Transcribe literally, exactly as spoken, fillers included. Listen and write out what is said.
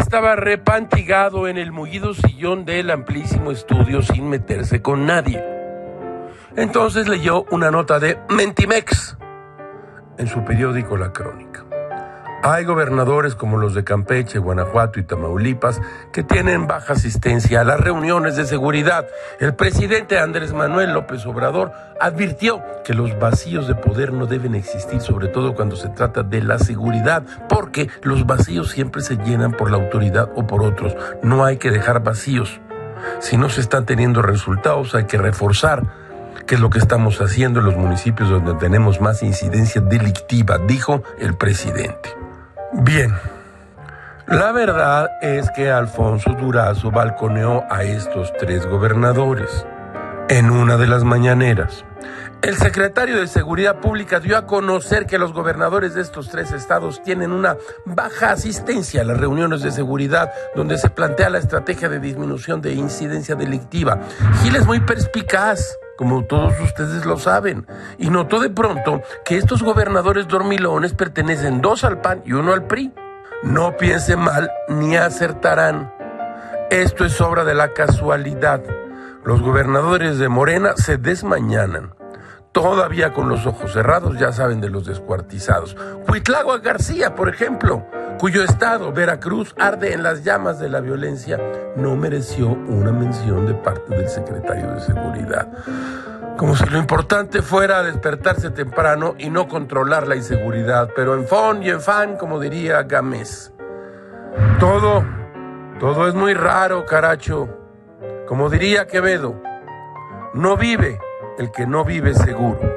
estaba repantigado en el mullido sillón del amplísimo estudio sin meterse con nadie. Entonces leyó una nota de Mentimex en su periódico La Crónica. Hay gobernadores como los de Campeche, Guanajuato y Tamaulipas que tienen baja asistencia a las reuniones de seguridad. El presidente Andrés Manuel López Obrador advirtió que los vacíos de poder no deben existir, sobre todo cuando se trata de la seguridad, porque los vacíos siempre se llenan por la autoridad o por otros. No hay que dejar vacíos. Si no se están teniendo resultados, hay que reforzar, que es lo que estamos haciendo en los municipios donde tenemos más incidencia delictiva, dijo el presidente. Bien, la verdad es que Alfonso Durazo balconeó a estos tres gobernadores en una de las mañaneras. El secretario de Seguridad Pública dio a conocer que los gobernadores de estos tres estados tienen una baja asistencia a las reuniones de seguridad donde se plantea la estrategia de disminución de incidencia delictiva. Gil es muy perspicaz, como todos ustedes lo saben, y notó de pronto que estos gobernadores dormilones pertenecen dos al P A N y uno al P R I. No piense mal ni acertarán. Esto es obra de la casualidad. Los gobernadores de Morena se desmañanan. Todavía con los ojos cerrados, ya saben de los descuartizados. Cuitláhuac García, por ejemplo, cuyo estado, Veracruz, arde en las llamas de la violencia, no mereció una mención de parte del secretario de Seguridad. Como si lo importante fuera despertarse temprano y no controlar la inseguridad, pero en fon y en fan, como diría Gámez. Todo, todo es muy raro, caracho. Como diría Quevedo, no vive el que no vive seguro.